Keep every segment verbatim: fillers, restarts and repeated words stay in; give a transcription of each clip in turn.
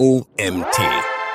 O M T.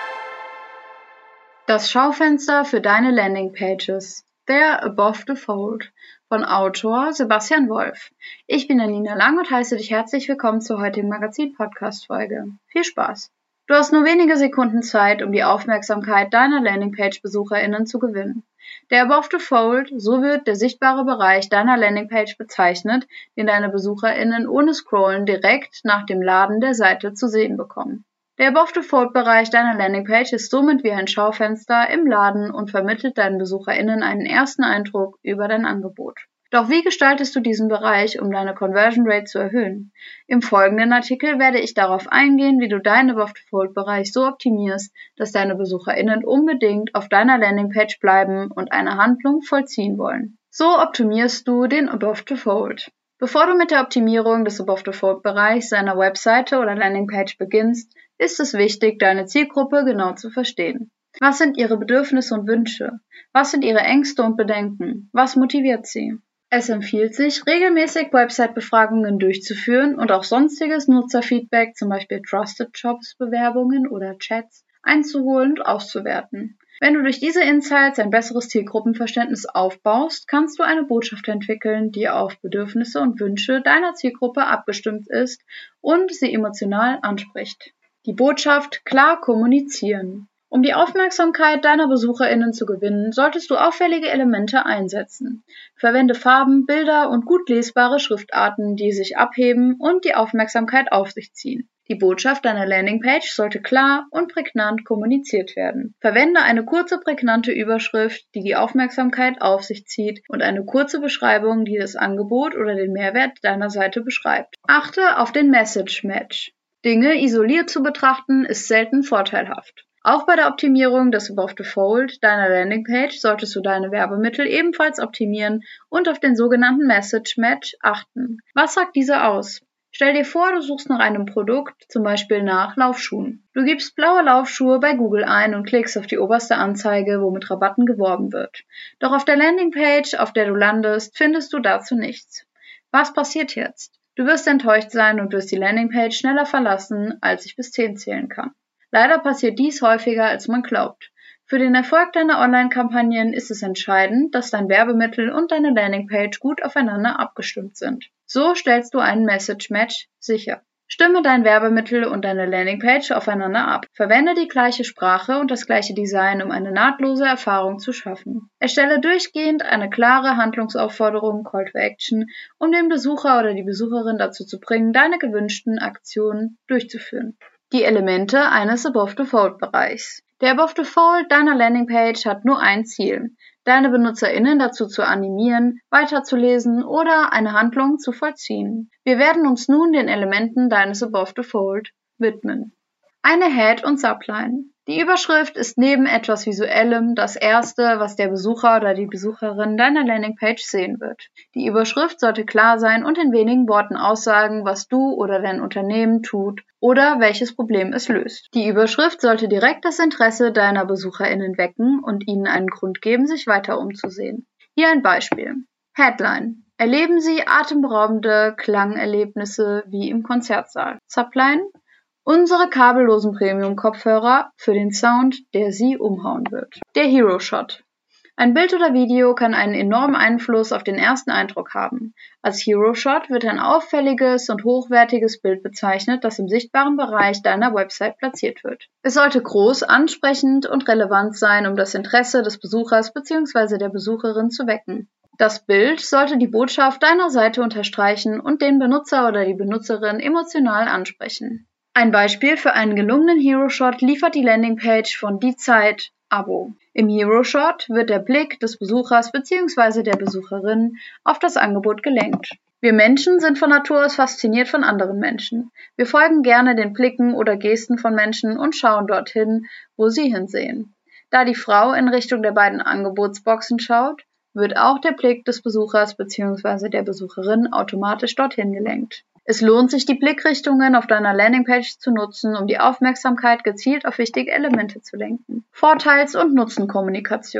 Das Schaufenster für deine Landingpages. There Above the Fold von Autor Sebastian Wolf. Ich bin Alina Lang und heiße dich herzlich willkommen zur heutigen Magazin-Podcast-Folge. Viel Spaß! Du hast nur wenige Sekunden Zeit, um die Aufmerksamkeit deiner Landingpage-BesucherInnen zu gewinnen. Der Above the Fold, so wird der sichtbare Bereich deiner Landingpage bezeichnet, den deine BesucherInnen ohne Scrollen direkt nach dem Laden der Seite zu sehen bekommen. Der Above the Fold-Bereich deiner Landingpage ist somit wie ein Schaufenster im Laden und vermittelt deinen BesucherInnen einen ersten Eindruck über dein Angebot. Doch wie gestaltest du diesen Bereich, um deine Conversion Rate zu erhöhen? Im folgenden Artikel werde ich darauf eingehen, wie du deinen Above the Fold-Bereich so optimierst, dass deine BesucherInnen unbedingt auf deiner Landingpage bleiben und eine Handlung vollziehen wollen. So optimierst du den Above the Fold. Bevor du mit der Optimierung des Above the Fold-Bereichs deiner Webseite oder Landingpage beginnst, ist es wichtig, deine Zielgruppe genau zu verstehen. Was sind ihre Bedürfnisse und Wünsche? Was sind ihre Ängste und Bedenken? Was motiviert sie? Es empfiehlt sich, regelmäßig Website-Befragungen durchzuführen und auch sonstiges Nutzerfeedback, zum Beispiel Trusted Jobs-Bewerbungen oder Chats, einzuholen und auszuwerten. Wenn du durch diese Insights ein besseres Zielgruppenverständnis aufbaust, kannst du eine Botschaft entwickeln, die auf Bedürfnisse und Wünsche deiner Zielgruppe abgestimmt ist und sie emotional anspricht. Die Botschaft klar kommunizieren. Um die Aufmerksamkeit deiner BesucherInnen zu gewinnen, solltest du auffällige Elemente einsetzen. Verwende Farben, Bilder und gut lesbare Schriftarten, die sich abheben und die Aufmerksamkeit auf sich ziehen. Die Botschaft deiner Landingpage sollte klar und prägnant kommuniziert werden. Verwende eine kurze, prägnante Überschrift, die die Aufmerksamkeit auf sich zieht, und eine kurze Beschreibung, die das Angebot oder den Mehrwert deiner Seite beschreibt. Achte auf den Message Match. Dinge isoliert zu betrachten, ist selten vorteilhaft. Auch bei der Optimierung des Above the Fold deiner Landingpage solltest du deine Werbemittel ebenfalls optimieren und auf den sogenannten Message Match achten. Was sagt dieser aus? Stell dir vor, du suchst nach einem Produkt, zum Beispiel nach Laufschuhen. Du gibst blaue Laufschuhe bei Google ein und klickst auf die oberste Anzeige, wo mit Rabatten geworben wird. Doch auf der Landingpage, auf der du landest, findest du dazu nichts. Was passiert jetzt? Du wirst enttäuscht sein und wirst die Landingpage schneller verlassen, als ich bis zehn zählen kann. Leider passiert dies häufiger, als man glaubt. Für den Erfolg deiner Online-Kampagnen ist es entscheidend, dass dein Werbemittel und deine Landingpage gut aufeinander abgestimmt sind. So stellst du einen Message-Match sicher. Stimme dein Werbemittel und deine Landingpage aufeinander ab. Verwende die gleiche Sprache und das gleiche Design, um eine nahtlose Erfahrung zu schaffen. Erstelle durchgehend eine klare Handlungsaufforderung, Call to Action, um den Besucher oder die Besucherin dazu zu bringen, deine gewünschten Aktionen durchzuführen. Die Elemente eines Above the Fold Bereichs. Der Above the Fold deiner Landingpage hat nur ein Ziel: deine BenutzerInnen dazu zu animieren, weiterzulesen oder eine Handlung zu vollziehen. Wir werden uns nun den Elementen deines Above the Fold widmen. Eine Head- und Subline. Die Überschrift ist neben etwas Visuellem das Erste, was der Besucher oder die Besucherin deiner Landingpage sehen wird. Die Überschrift sollte klar sein und in wenigen Worten aussagen, was du oder dein Unternehmen tut oder welches Problem es löst. Die Überschrift sollte direkt das Interesse deiner BesucherInnen wecken und ihnen einen Grund geben, sich weiter umzusehen. Hier ein Beispiel. Headline: Erleben Sie atemberaubende Klangerlebnisse wie im Konzertsaal. Subline: Unsere kabellosen Premium-Kopfhörer für den Sound, der Sie umhauen wird. Der Hero Shot. Ein Bild oder Video kann einen enormen Einfluss auf den ersten Eindruck haben. Als Hero Shot wird ein auffälliges und hochwertiges Bild bezeichnet, das im sichtbaren Bereich deiner Website platziert wird. Es sollte groß, ansprechend und relevant sein, um das Interesse des Besuchers bzw. der Besucherin zu wecken. Das Bild sollte die Botschaft deiner Seite unterstreichen und den Benutzer oder die Benutzerin emotional ansprechen. Ein Beispiel für einen gelungenen Hero Shot liefert die Landingpage von Die Zeit Abo. Im Hero Shot wird der Blick des Besuchers bzw. der Besucherin auf das Angebot gelenkt. Wir Menschen sind von Natur aus fasziniert von anderen Menschen. Wir folgen gerne den Blicken oder Gesten von Menschen und schauen dorthin, wo sie hinsehen. Da die Frau in Richtung der beiden Angebotsboxen schaut, wird auch der Blick des Besuchers bzw. der Besucherin automatisch dorthin gelenkt. Es lohnt sich, die Blickrichtungen auf deiner Landingpage zu nutzen, um die Aufmerksamkeit gezielt auf wichtige Elemente zu lenken. Vorteils- und Nutzenkommunikation.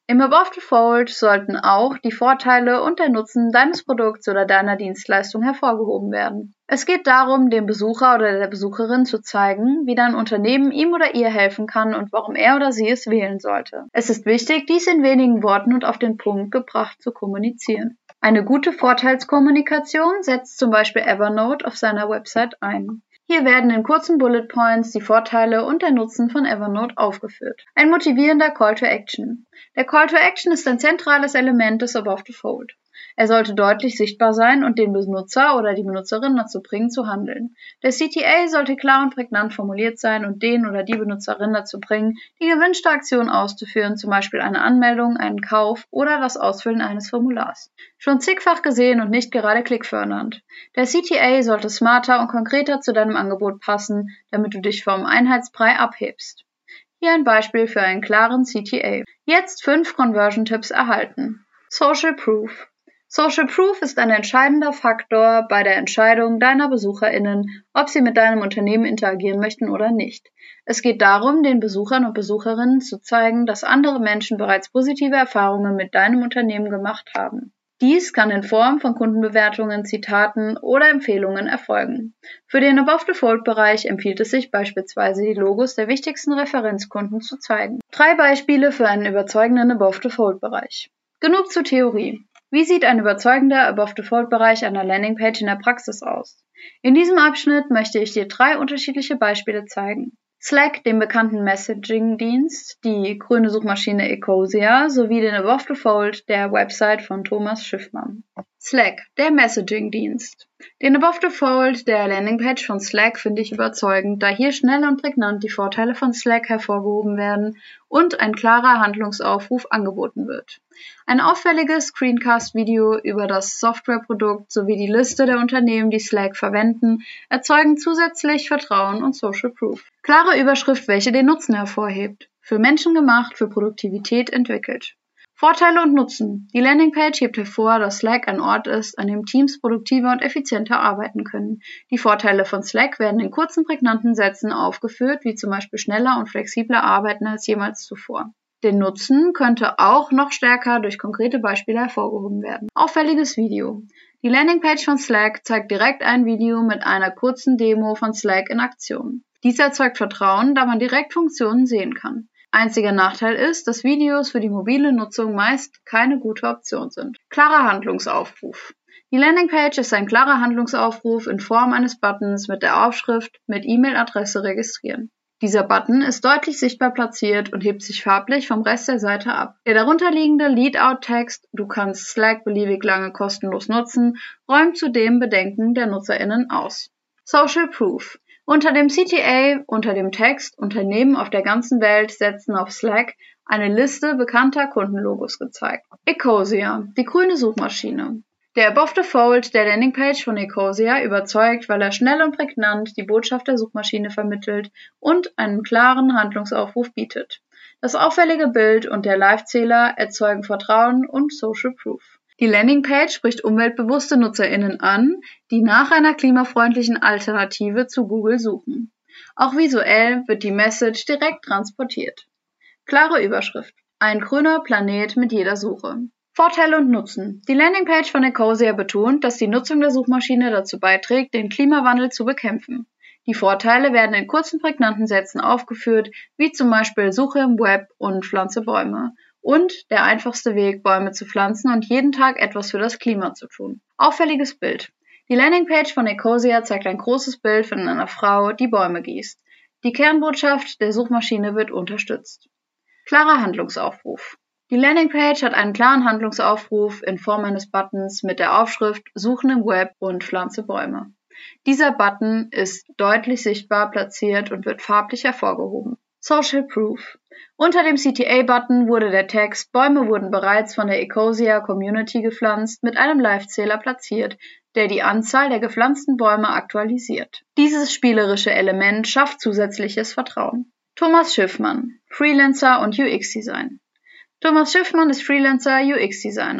Im Above the Fold sollten auch die Vorteile und der Nutzen deines Produkts oder deiner Dienstleistung hervorgehoben werden. Es geht darum, dem Besucher oder der Besucherin zu zeigen, wie dein Unternehmen ihm oder ihr helfen kann und warum er oder sie es wählen sollte. Es ist wichtig, dies in wenigen Worten und auf den Punkt gebracht zu kommunizieren. Eine gute Vorteilskommunikation setzt zum Beispiel Evernote auf seiner Website ein. Hier werden in kurzen Bullet Points die Vorteile und der Nutzen von Evernote aufgeführt. Ein motivierender Call to Action. Der Call to Action ist ein zentrales Element des Above the Fold. Er sollte deutlich sichtbar sein und den Benutzer oder die Benutzerin dazu bringen, zu handeln. Der C T A sollte klar und prägnant formuliert sein und den oder die Benutzerin dazu bringen, die gewünschte Aktion auszuführen, zum Beispiel eine Anmeldung, einen Kauf oder das Ausfüllen eines Formulars. Schon zigfach gesehen und nicht gerade klickfördernd. Der C T A sollte smarter und konkreter zu deinem Angebot passen, damit du dich vom Einheitsbrei abhebst. Hier ein Beispiel für einen klaren C T A. Jetzt fünf Conversion-Tipps erhalten. Social Proof. Social Proof ist ein entscheidender Faktor bei der Entscheidung deiner BesucherInnen, ob sie mit deinem Unternehmen interagieren möchten oder nicht. Es geht darum, den Besuchern und Besucherinnen zu zeigen, dass andere Menschen bereits positive Erfahrungen mit deinem Unternehmen gemacht haben. Dies kann in Form von Kundenbewertungen, Zitaten oder Empfehlungen erfolgen. Für den Above the Fold-Bereich empfiehlt es sich beispielsweise, die Logos der wichtigsten Referenzkunden zu zeigen. Drei Beispiele für einen überzeugenden Above the Fold-Bereich. Genug zur Theorie. Wie sieht ein überzeugender Above the Fold-Bereich einer Landingpage in der Praxis aus? In diesem Abschnitt möchte ich dir drei unterschiedliche Beispiele zeigen. Slack, den bekannten Messaging-Dienst, die grüne Suchmaschine Ecosia sowie den Above the Fold der Website von Thomas Schiffmann. Slack, der Messaging-Dienst. Den Above the Fold der Landingpage von Slack finde ich überzeugend, da hier schnell und prägnant die Vorteile von Slack hervorgehoben werden und ein klarer Handlungsaufruf angeboten wird. Ein auffälliges Screencast-Video über das Softwareprodukt sowie die Liste der Unternehmen, die Slack verwenden, erzeugen zusätzlich Vertrauen und Social Proof. Klare Überschrift, welche den Nutzen hervorhebt. Für Menschen gemacht, für Produktivität entwickelt. Vorteile und Nutzen. Die Landingpage hebt hervor, dass Slack ein Ort ist, an dem Teams produktiver und effizienter arbeiten können. Die Vorteile von Slack werden in kurzen, prägnanten Sätzen aufgeführt, wie zum Beispiel schneller und flexibler arbeiten als jemals zuvor. Den Nutzen könnte auch noch stärker durch konkrete Beispiele hervorgehoben werden. Auffälliges Video. Die Landingpage von Slack zeigt direkt ein Video mit einer kurzen Demo von Slack in Aktion. Dies erzeugt Vertrauen, da man direkt Funktionen sehen kann. Einziger Nachteil ist, dass Videos für die mobile Nutzung meist keine gute Option sind. Klarer Handlungsaufruf. Die Landingpage ist ein klarer Handlungsaufruf in Form eines Buttons mit der Aufschrift mit E-Mail-Adresse registrieren. Dieser Button ist deutlich sichtbar platziert und hebt sich farblich vom Rest der Seite ab. Der darunterliegende Lead-Out-Text „Du kannst Slack beliebig lange kostenlos nutzen“ räumt zudem Bedenken der NutzerInnen aus. Social Proof. Unter dem C T A, unter dem Text „Unternehmen auf der ganzen Welt setzen auf Slack“ eine Liste bekannter Kundenlogos gezeigt. Ecosia, die grüne Suchmaschine. Der Above the Fold der Landingpage von Ecosia überzeugt, weil er schnell und prägnant die Botschaft der Suchmaschine vermittelt und einen klaren Handlungsaufruf bietet. Das auffällige Bild und der Live-Zähler erzeugen Vertrauen und Social Proof. Die Landingpage spricht umweltbewusste NutzerInnen an, die nach einer klimafreundlichen Alternative zu Google suchen. Auch visuell wird die Message direkt transportiert. Klare Überschrift. Ein grüner Planet mit jeder Suche. Vorteile und Nutzen. Die Landingpage von Ecosia betont, dass die Nutzung der Suchmaschine dazu beiträgt, den Klimawandel zu bekämpfen. Die Vorteile werden in kurzen, prägnanten Sätzen aufgeführt, wie zum Beispiel Suche im Web und Pflanze Bäume. Und der einfachste Weg, Bäume zu pflanzen und jeden Tag etwas für das Klima zu tun. Auffälliges Bild. Die Landingpage von Ecosia zeigt ein großes Bild von einer Frau, die Bäume gießt. Die Kernbotschaft der Suchmaschine wird unterstützt. Klarer Handlungsaufruf. Die Landingpage hat einen klaren Handlungsaufruf in Form eines Buttons mit der Aufschrift „Suchen im Web und pflanze Bäume“. Dieser Button ist deutlich sichtbar platziert und wird farblich hervorgehoben. Social Proof. Unter dem C T A-Button wurde der Text „Bäume wurden bereits von der Ecosia Community gepflanzt“ mit einem Live-Zähler platziert, der die Anzahl der gepflanzten Bäume aktualisiert. Dieses spielerische Element schafft zusätzliches Vertrauen. Thomas Schiffmann, Freelancer und U X-Design. Thomas Schiffmann ist Freelancer, U X-Designer.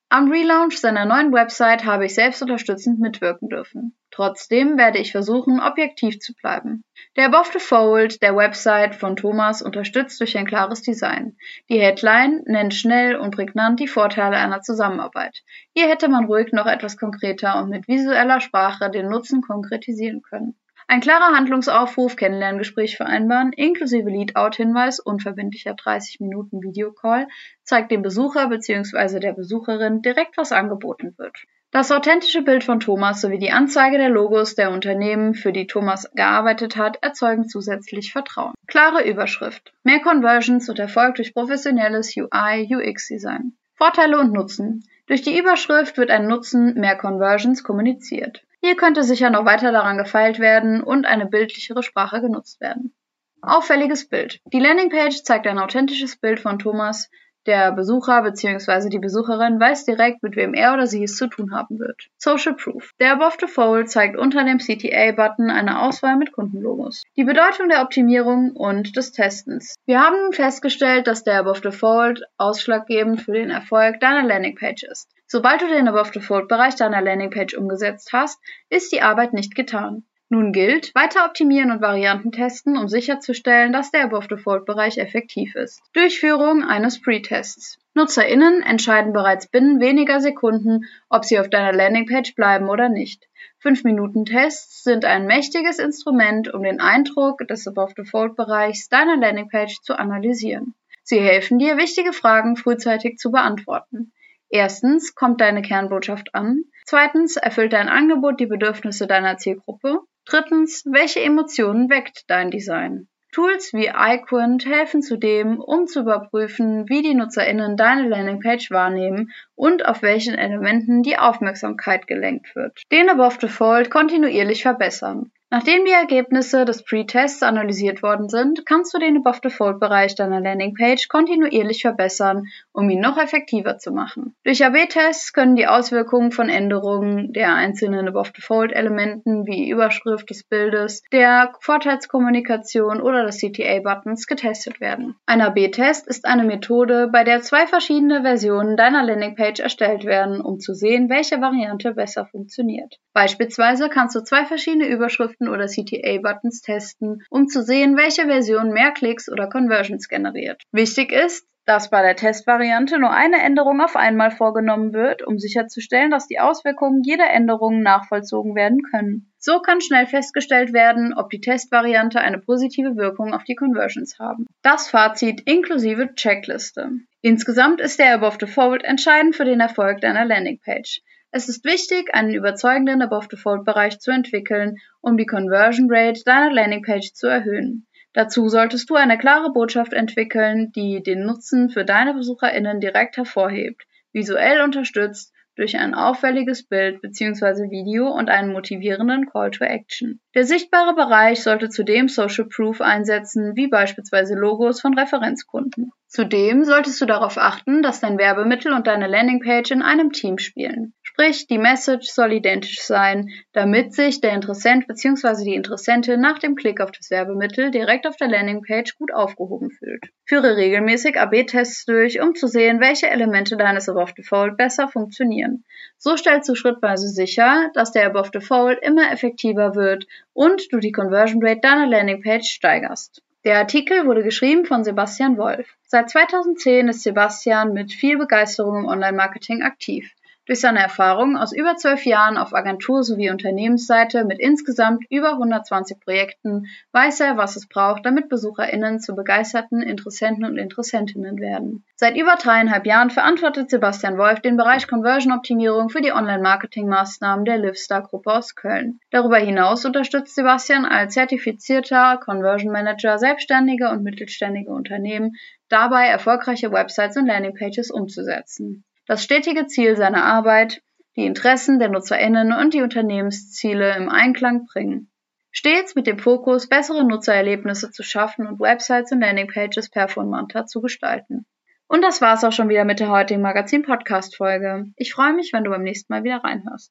Am Relaunch seiner neuen Website habe ich selbst unterstützend mitwirken dürfen. Trotzdem werde ich versuchen, objektiv zu bleiben. Der Above the Fold der Website von Thomas unterstützt durch ein klares Design. Die Headline nennt schnell und prägnant die Vorteile einer Zusammenarbeit. Hier hätte man ruhig noch etwas konkreter und mit visueller Sprache den Nutzen konkretisieren können. Ein klarer Handlungsaufruf, Kennenlerngespräch vereinbaren, inklusive Lead-Out-Hinweis, unverbindlicher dreißig Minuten Videocall, zeigt dem Besucher bzw. der Besucherin direkt, was angeboten wird. Das authentische Bild von Thomas sowie die Anzeige der Logos der Unternehmen, für die Thomas gearbeitet hat, erzeugen zusätzlich Vertrauen. Klare Überschrift. Mehr Conversions und Erfolg durch professionelles U I U X-Design. Vorteile und Nutzen. Durch die Überschrift wird ein Nutzen mehr Conversions kommuniziert. Hier könnte sicher noch weiter daran gefeilt werden und eine bildlichere Sprache genutzt werden. Auffälliges Bild. Die Landingpage zeigt ein authentisches Bild von Thomas. Der Besucher bzw. die Besucherin weiß direkt, mit wem er oder sie es zu tun haben wird. Social Proof. Der Above the Fold zeigt unter dem C T A-Button eine Auswahl mit Kundenlogos. Die Bedeutung der Optimierung und des Testens. Wir haben nun festgestellt, dass der Above the Fold ausschlaggebend für den Erfolg deiner Landingpage ist. Sobald du den Above the Fold-Bereich deiner Landingpage umgesetzt hast, ist die Arbeit nicht getan. Nun gilt, weiter optimieren und Varianten testen, um sicherzustellen, dass der Above the Fold-Bereich effektiv ist. Durchführung eines Pre-Tests. NutzerInnen entscheiden bereits binnen weniger Sekunden, ob sie auf deiner Landingpage bleiben oder nicht. fünf Minuten Tests sind ein mächtiges Instrument, um den Eindruck des Above the Fold-Bereichs deiner Landingpage zu analysieren. Sie helfen dir, wichtige Fragen frühzeitig zu beantworten. Erstens, kommt deine Kernbotschaft an? Zweitens, erfüllt dein Angebot die Bedürfnisse deiner Zielgruppe? Drittens, welche Emotionen weckt dein Design? Tools wie iQuint helfen zudem, um zu überprüfen, wie die NutzerInnen deine Landingpage wahrnehmen und auf welchen Elementen die Aufmerksamkeit gelenkt wird. Den Above the Fold kontinuierlich verbessern. Nachdem die Ergebnisse des Pre-Tests analysiert worden sind, kannst du den Above the Fold-Bereich deiner Landingpage kontinuierlich verbessern, um ihn noch effektiver zu machen. Durch A B Tests können die Auswirkungen von Änderungen der einzelnen Above the Fold-Elementen wie Überschrift des Bildes, der Vorteilskommunikation oder des C T A-Buttons getestet werden. Ein A B Test ist eine Methode, bei der zwei verschiedene Versionen deiner Landingpage erstellt werden, um zu sehen, welche Variante besser funktioniert. Beispielsweise kannst du zwei verschiedene Überschriften oder C T A-Buttons testen, um zu sehen, welche Version mehr Klicks oder Conversions generiert. Wichtig ist, dass bei der Testvariante nur eine Änderung auf einmal vorgenommen wird, um sicherzustellen, dass die Auswirkungen jeder Änderung nachvollzogen werden können. So kann schnell festgestellt werden, ob die Testvariante eine positive Wirkung auf die Conversions haben. Das Fazit inklusive Checkliste. Insgesamt ist der Above the Fold entscheidend für den Erfolg deiner Landingpage. Es ist wichtig, einen überzeugenden Above the Fold-Bereich zu entwickeln, um die Conversion Rate deiner Landingpage zu erhöhen. Dazu solltest du eine klare Botschaft entwickeln, die den Nutzen für deine BesucherInnen direkt hervorhebt, visuell unterstützt durch ein auffälliges Bild bzw. Video und einen motivierenden Call to Action. Der sichtbare Bereich sollte zudem Social Proof einsetzen, wie beispielsweise Logos von Referenzkunden. Zudem solltest du darauf achten, dass dein Werbemittel und deine Landingpage in einem Team spielen. Sprich, die Message soll identisch sein, damit sich der Interessent bzw. die Interessentin nach dem Klick auf das Werbemittel direkt auf der Landingpage gut aufgehoben fühlt. Führe regelmäßig A B Tests durch, um zu sehen, welche Elemente deines Above the Fold besser funktionieren. So stellst du schrittweise sicher, dass der Above the Fold immer effektiver wird und du die Conversion Rate deiner Landingpage steigerst. Der Artikel wurde geschrieben von Sebastian Wolf. Seit zweitausendzehn ist Sebastian mit viel Begeisterung im Online-Marketing aktiv. Durch seine Erfahrungen aus über zwölf Jahren auf Agentur- sowie Unternehmensseite mit insgesamt über hundertzwanzig Projekten weiß er, was es braucht, damit BesucherInnen zu begeisterten Interessenten und Interessentinnen werden. Seit über dreieinhalb Jahren verantwortet Sebastian Wolf den Bereich Conversion-Optimierung für die Online-Marketing-Maßnahmen der Livstar-Gruppe aus Köln. Darüber hinaus unterstützt Sebastian als zertifizierter Conversion-Manager selbstständige und mittelständige Unternehmen dabei, erfolgreiche Websites und Landingpages umzusetzen. Das stetige Ziel seiner Arbeit, die Interessen der NutzerInnen und die Unternehmensziele im Einklang bringen. Stets mit dem Fokus, bessere Nutzererlebnisse zu schaffen und Websites und Landingpages performanter zu gestalten. Und das war's auch schon wieder mit der heutigen Magazin-Podcast-Folge. Ich freue mich, wenn du beim nächsten Mal wieder reinhörst.